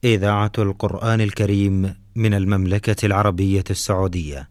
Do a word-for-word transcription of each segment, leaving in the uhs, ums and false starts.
إذاعة القرآن الكريم من المملكة العربية السعودية.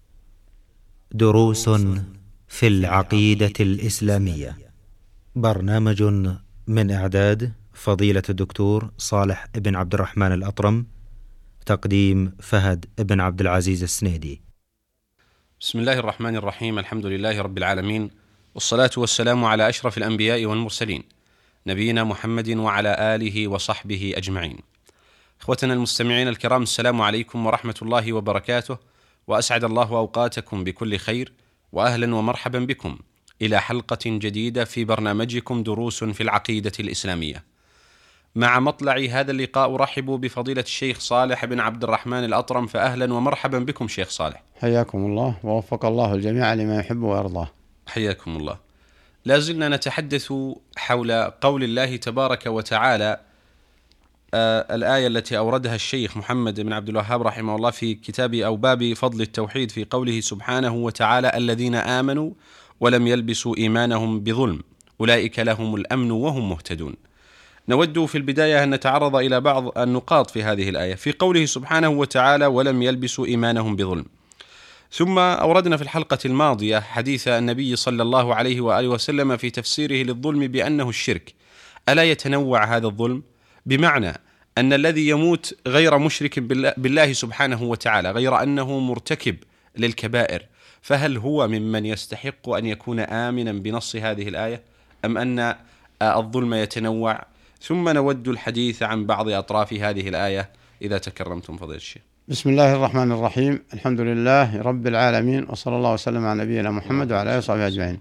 دروس في العقيدة الإسلامية. برنامج من إعداد فضيلة الدكتور صالح بن عبد الرحمن الأطرم. تقديم فهد بن عبد العزيز السنيدي. بسم الله الرحمن الرحيم. الحمد لله رب العالمين، والصلاة والسلام على أشرف الأنبياء والمرسلين، نبينا محمد وعلى آله وصحبه أجمعين. إخوتنا المستمعين الكرام، السلام عليكم ورحمة الله وبركاته، وأسعد الله أوقاتكم بكل خير، وأهلا ومرحبا بكم إلى حلقة جديدة في برنامجكم دروس في العقيدة الإسلامية. مع مطلع هذا اللقاء أرحب بفضيلة الشيخ صالح بن عبد الرحمن الأطرم، فأهلا ومرحبا بكم شيخ صالح. حياكم الله ووفق الله الجميع لما يحب ويرضاه. حياكم الله. لا زلنا نتحدث حول قول الله تبارك وتعالى، آه الآية التي أوردها الشيخ محمد بن عبد الوهاب رحمه الله في كتاب أو باب فضل التوحيد، في قوله سبحانه وتعالى: الذين آمنوا ولم يلبسوا إيمانهم بظلم أولئك لهم الأمن وهم مهتدون. نود في البداية أن نتعرض إلى بعض النقاط في هذه الآية، في قوله سبحانه وتعالى ولم يلبسوا إيمانهم بظلم. ثم أوردنا في الحلقة الماضية حديث النبي صلى الله عليه وآله وسلم في تفسيره للظلم بأنه الشرك. ألا يتنوع هذا الظلم؟ بمعنى أن الذي يموت غير مشرك بالله سبحانه وتعالى، غير أنه مرتكب للكبائر، فهل هو ممن يستحق أن يكون آمنا بنص هذه الآية، أم أن الظلم يتنوع؟ ثم نود الحديث عن بعض أطراف هذه الآية إذا تكرمتم فضيلة الشيخ. بسم الله الرحمن الرحيم. الحمد لله رب العالمين، وصلى الله وسلم على نبينا محمد وعلى آله وصحبه أجمعين.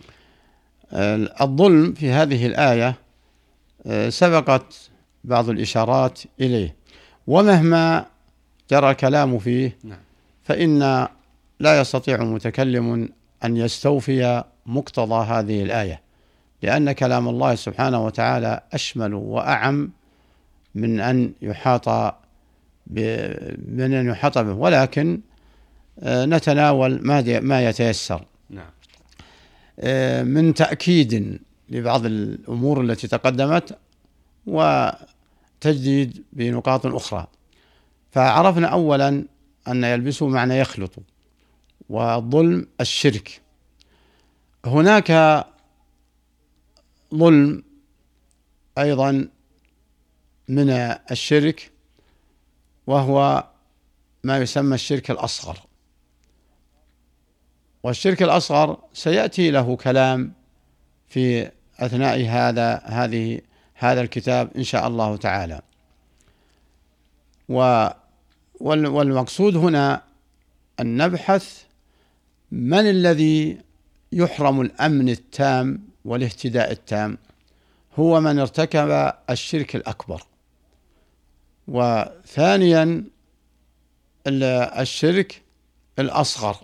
الظلم في هذه الآية سبقت بعض الإشارات إليه، ومهما جرى الكلام فيه فإن لا يستطيع متكلم أن يستوفي مقتضى هذه الآية، لأن كلام الله سبحانه وتعالى أشمل وأعم من أن يحاط من أن يحاط به، ولكن نتناول ما يتيسر من تأكيد لبعض الأمور التي تقدمت وتجديد بنقاط أخرى. فعرفنا أولا أن يلبسوا معنى يخلط، والظلم الشرك. هناك ظلم أيضا من الشرك، وهو ما يسمى الشرك الأصغر، والشرك الأصغر سيأتي له كلام في أثناء هذا هذه هذا الكتاب إن شاء الله تعالى. والمقصود هنا أن نبحث من الذي يحرم الأمن التام والاهتداء التام. هو من ارتكب الشرك الأكبر. وثانيا الشرك الأصغر،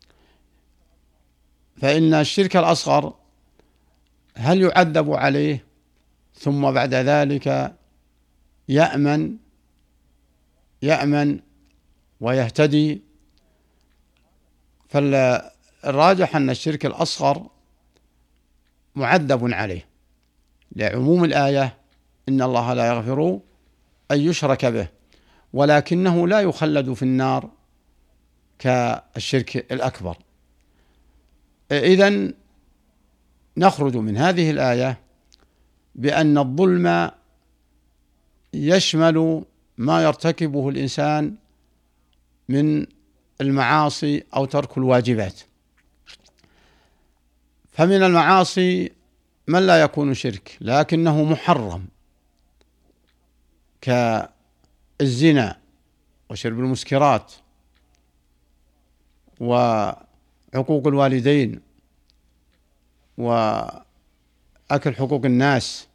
فإن الشرك الأصغر هل يعذب عليه ثم بعد ذلك يأمن يأمن ويهتدي؟ فالراجح أن الشرك الأصغر معذب عليه لعموم الآية: إن الله لا يغفر أن يشرك به، ولكنه لا يخلد في النار كالشرك الأكبر. إذن نخرج من هذه الآية بأن الظلم يشمل ما يرتكبه الإنسان من المعاصي أو ترك الواجبات. فمن المعاصي من لا يكون شرك لكنه محرم، كالزنا وشرب المسكرات وعقوق الوالدين وأكل حقوق الناس،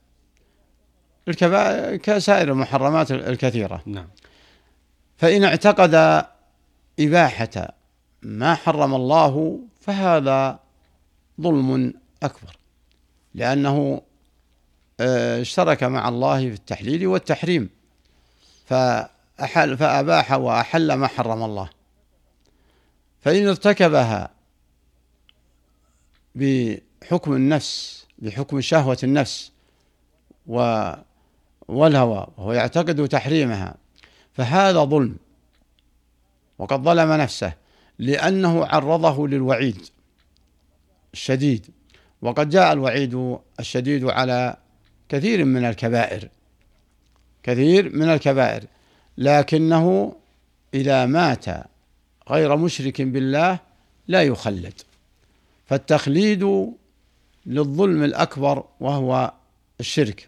كسائر المحرمات الكثيرة. نعم. فإن اعتقد إباحة ما حرم الله فهذا ظلم أكبر، لأنه اشترك مع الله في التحليل والتحريم، فأحل فأباح وأحل ما حرم الله. فإن ارتكبها بحكم النفس، بحكم شهوة النفس و والهوى وهو يعتقد تحريمها، فهذا ظلم، وقد ظلم نفسه لأنه عرضه للوعيد الشديد. وقد جاء الوعيد الشديد على كثير من الكبائر كثير من الكبائر لكنه إذا مات غير مشرك بالله لا يخلد. فالتخليد للظلم الأكبر وهو الشرك.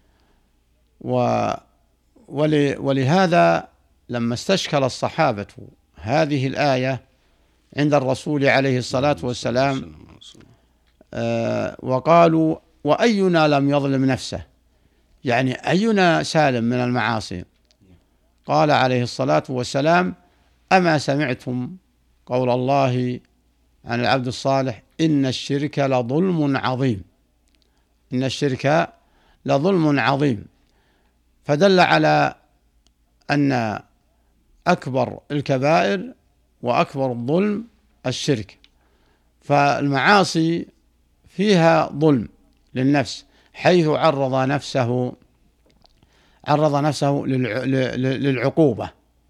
ولهذا لما استشكل الصحابة هذه الآية عند الرسول عليه الصلاة والسلام آه وقالوا: وأينا لم يظلم نفسه، يعني أينا سالم من المعاصي؟ قال عليه الصلاة والسلام: أما سمعتم قول الله عن العبد الصالح: إن الشرك لظلم عظيم. إن الشرك لظلم عظيم. فدل على أن أكبر الكبائر وأكبر الظلم الشرك. فالمعاصي فيها ظلم للنفس، حيث عرض نفسه عرض نفسه للعقوبة.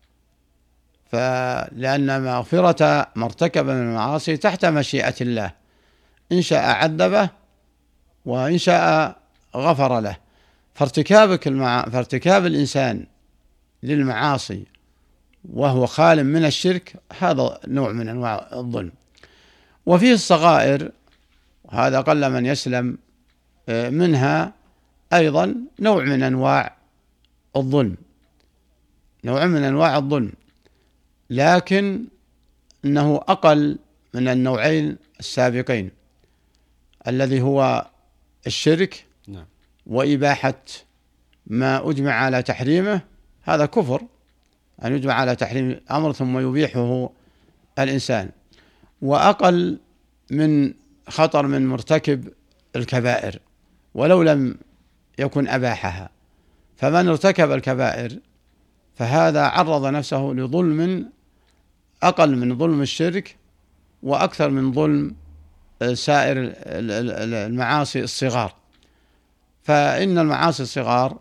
فلأن مغفرة ما ارتكب من المعاصي تحت مشيئة الله، إن شاء عذبه وإن شاء غفر له. فارتكابك المع... فارتكاب الإنسان للمعاصي وهو خال من الشرك هذا نوع من أنواع الظلم. وفيه الصغائر، وهذا قل من يسلم منها، أيضا نوع من أنواع الظلم نوع من أنواع الظلم لكن إنه أقل من النوعين السابقين، الذي هو الشرك وإباحة ما أجمع على تحريمه. هذا كفر، أن يجمع على تحريم أمر ثم يبيحه الإنسان. وأقل من خطر من مرتكب الكبائر ولو لم يكن أباحها. فمن ارتكب الكبائر فهذا عرض نفسه لظلم أقل من ظلم الشرك وأكثر من ظلم سائر المعاصي الصغار. فإن المعاصي الصغار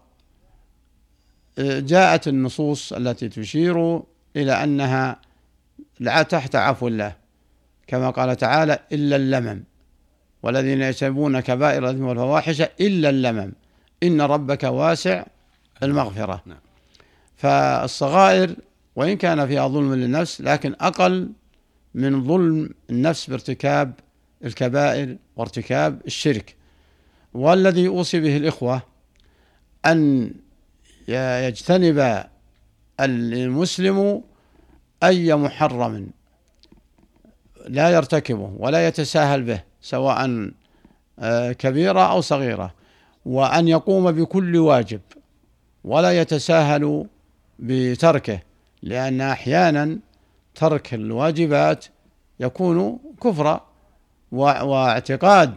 جاءت النصوص التي تشير إلى أنها لا تحت عفو الله، كما قال تعالى: إلا اللمم والذين يجتنبون كبائر الإثم والفواحش إلا اللمم إن ربك واسع المغفرة. فالصغائر وإن كان فيها ظلم للنفس لكن أقل من ظلم النفس بارتكاب الكبائر وارتكاب الشرك. والذي أوصي به الإخوة أن يجتنب المسلم أي محرم لا يرتكبه ولا يتساهل به، سواء كبيرة أو صغيرة، وأن يقوم بكل واجب ولا يتساهل بتركه، لأن أحيانا ترك الواجبات يكون كفرا واعتقاد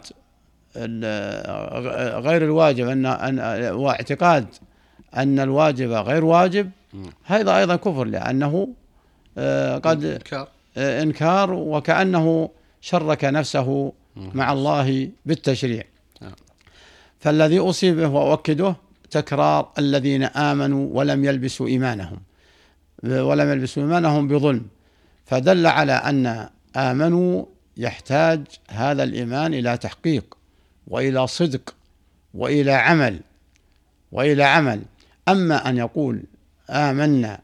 غير الواجب أن واعتقاد أن الواجب غير واجب هذا أيضا كفر، لأنه قد إنكار وكأنه شرك نفسه مع الله بالتشريع. فالذي أصيبه وأؤكده تكرار الذين آمنوا ولم يلبسوا إيمانهم ولم يلبسوا إيمانهم بظلم، فدل على أن آمنوا يحتاج هذا الإيمان إلى تحقيق وإلى صدق وإلى عمل وإلى عمل. أما أن يقول آمنا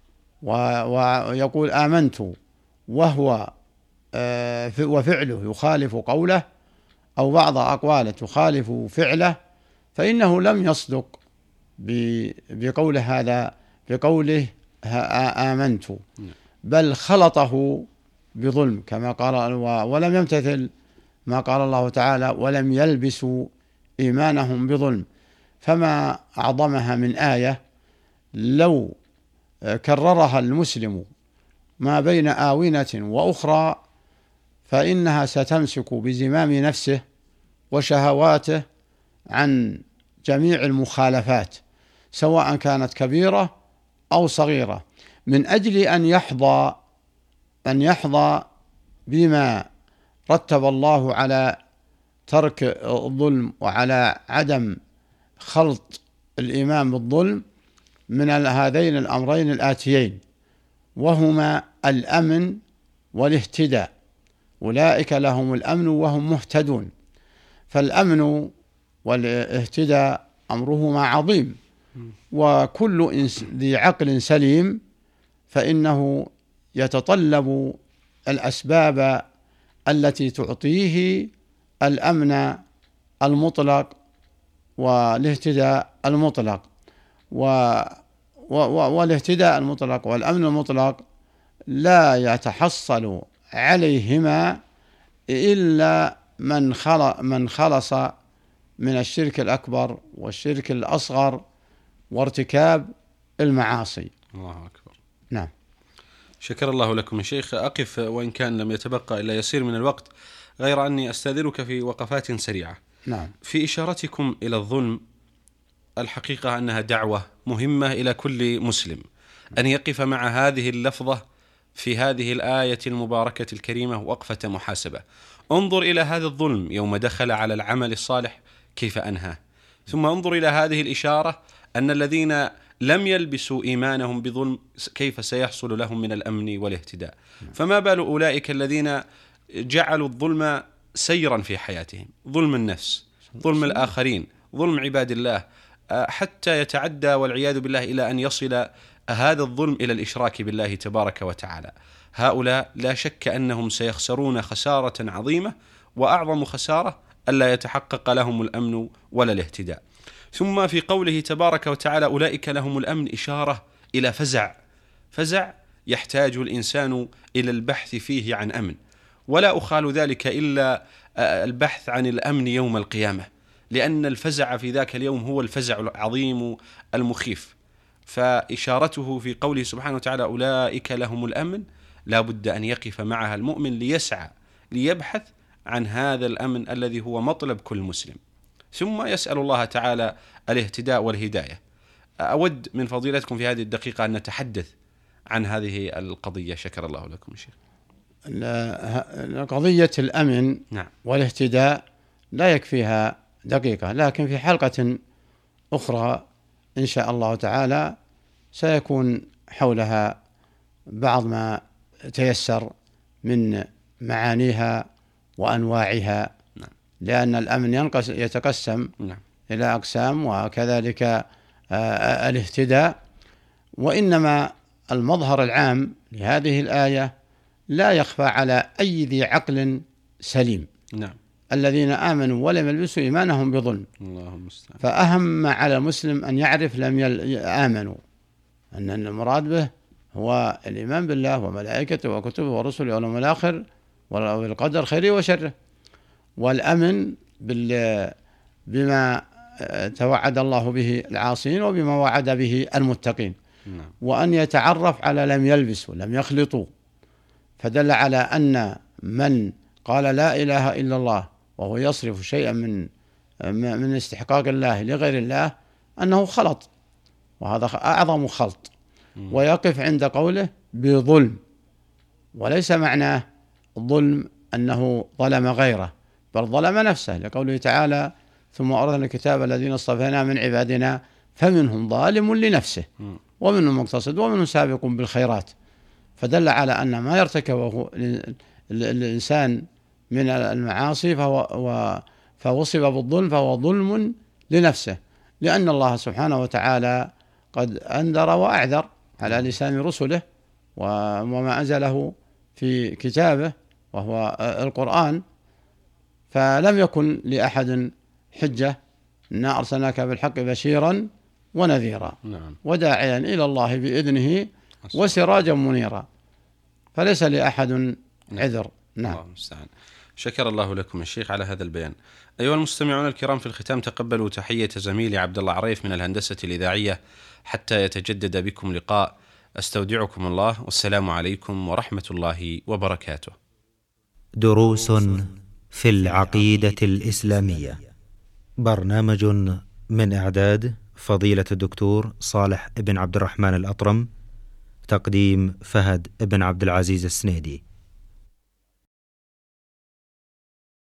ويقول آمنت وهو وفعله يخالف قوله أو بعض أقواله تخالف فعله، فإنه لم يصدق بقوله هذا بقوله آمنت، بل خلطه بظلم كما قال، ولم يمتثل ما قال الله تعالى: ولم يلبسوا إيمانهم بظلم. فما أعظمها من آية لو كررها المسلم ما بين آونة وأخرى فإنها ستمسك بزمام نفسه وشهواته عن جميع المخالفات سواء كانت كبيرة أو صغيرة، من أجل أن يحظى أن يحظى بما رتب الله على ترك الظلم وعلى عدم خلط الإيمان بالظلم من هذين الأمرين الآتيين، وهما الأمن والاهتداء. أولئك لهم الأمن وهم مهتدون. فالأمن والاهتداء أمرهما عظيم، وكل ذي عقل سليم فإنه يتطلب الأسباب التي تعطيه الأمن المطلق والاهتداء المطلق. و... و... والاهتداء المطلق والأمن المطلق لا يتحصل عليهما إلا من خل... من خلص من الشرك الأكبر والشرك الأصغر وارتكاب المعاصي. الله أكبر. نعم. شكر الله لكم يا شيخ. أقف وإن كان لم يتبقى إلا يسير من الوقت، غير أني أستأذنك في وقفات سريعة. نعم. في إشارتكم إلى الظلم، الحقيقة أنها دعوة مهمة إلى كل مسلم أن يقف مع هذه اللفظة في هذه الآية المباركة الكريمة وقفة محاسبة. انظر إلى هذا الظلم يوم دخل على العمل الصالح كيف أنهى، ثم انظر إلى هذه الإشارة أن الذين لم يلبسوا إيمانهم بظلم كيف سيحصل لهم من الأمن والاهتداء. فما بال أولئك الذين جعلوا الظلم سيرا في حياتهم، ظلم النفس، ظلم الآخرين، ظلم عباد الله، حتى يتعدى والعياذ بالله إلى أن يصل هذا الظلم إلى الإشراك بالله تبارك وتعالى. هؤلاء لا شك أنهم سيخسرون خسارة عظيمة، وأعظم خسارة ألا يتحقق لهم الأمن ولا الاهتداء. ثم في قوله تبارك وتعالى أولئك لهم الأمن إشارة إلى فزع، فزع يحتاج الإنسان إلى البحث فيه عن أمن، ولا أخال ذلك إلا البحث عن الأمن يوم القيامة، لأن الفزع في ذاك اليوم هو الفزع العظيم المخيف. فإشارته في قوله سبحانه وتعالى أولئك لهم الأمن لا بد أن يقف معها المؤمن ليسعى ليبحث عن هذا الأمن الذي هو مطلب كل مسلم، ثم يسأل الله تعالى الاهتداء والهداية. أود من فضيلتكم في هذه الدقيقة أن نتحدث عن هذه القضية. شكر الله لكم شيخ. قضية الأمن نعم. والاهتداء لا يكفيها دقيقة، لكن في حلقة أخرى إن شاء الله تعالى سيكون حولها بعض ما تيسر من معانيها وأنواعها. نعم. لأن الأمن ينقس يتقسم نعم. إلى أقسام، وكذلك آه الاهتداء. وإنما المظهر العام لهذه الآية لا يخفى على أي ذي عقل سليم. نعم. الذين آمنوا ولم يلبسوا إيمانهم بظلم. اللهم استعان. فأهم على المسلم أن يعرف لم يآمنوا أن المراد به هو الإيمان بالله وملائكته وكتبه ورسله واليوم الآخر والقدر خيره وشره، والأمن بما توعد الله به العاصين وبما وعد به المتقين. نعم. وأن يتعرف على لم يلبسوا لم يخلطوا، فدل على أن من قال لا إله إلا الله وهو يصرف شيئا من من استحقاق الله لغير الله أنه خلط، وهذا أعظم خلط. ويقف عند قوله بظلم، وليس معناه الظلم أنه ظلم غيره، بل ظلم نفسه، لقوله تعالى ثم أورثنا الكتاب الذين اصطفينا من عبادنا فمنهم ظالم لنفسه ومنهم مقتصد ومنهم سابق بالخيرات. فدل على أن ما يرتكبه الإنسان من المعاصي فهو فوصف بالظلم فهو ظلم لنفسه، لأن الله سبحانه وتعالى قد أنذر وأعذر على لسان رسله وما أنزله في كتابه وهو القرآن. فلم يكن لأحد حجة، إنا أرسلناك بالحق بشيرا ونذيرا. نعم. وداعيا إلى الله بإذنه وسراجا منيرا، فليس لأحد عذر. نعم. الله المستعان. شكر الله لكم الشيخ على هذا البيان. أيها المستمعون الكرام، في الختام تقبلوا تحية زميلي عبد الله عريف من الهندسة الإذاعية، حتى يتجدد بكم لقاء أستودعكم الله، والسلام عليكم ورحمة الله وبركاته. دروس في العقيدة الإسلامية، برنامج من إعداد فضيلة الدكتور صالح بن عبد الرحمن الأطرم، تقديم فهد بن عبد العزيز السنيدي.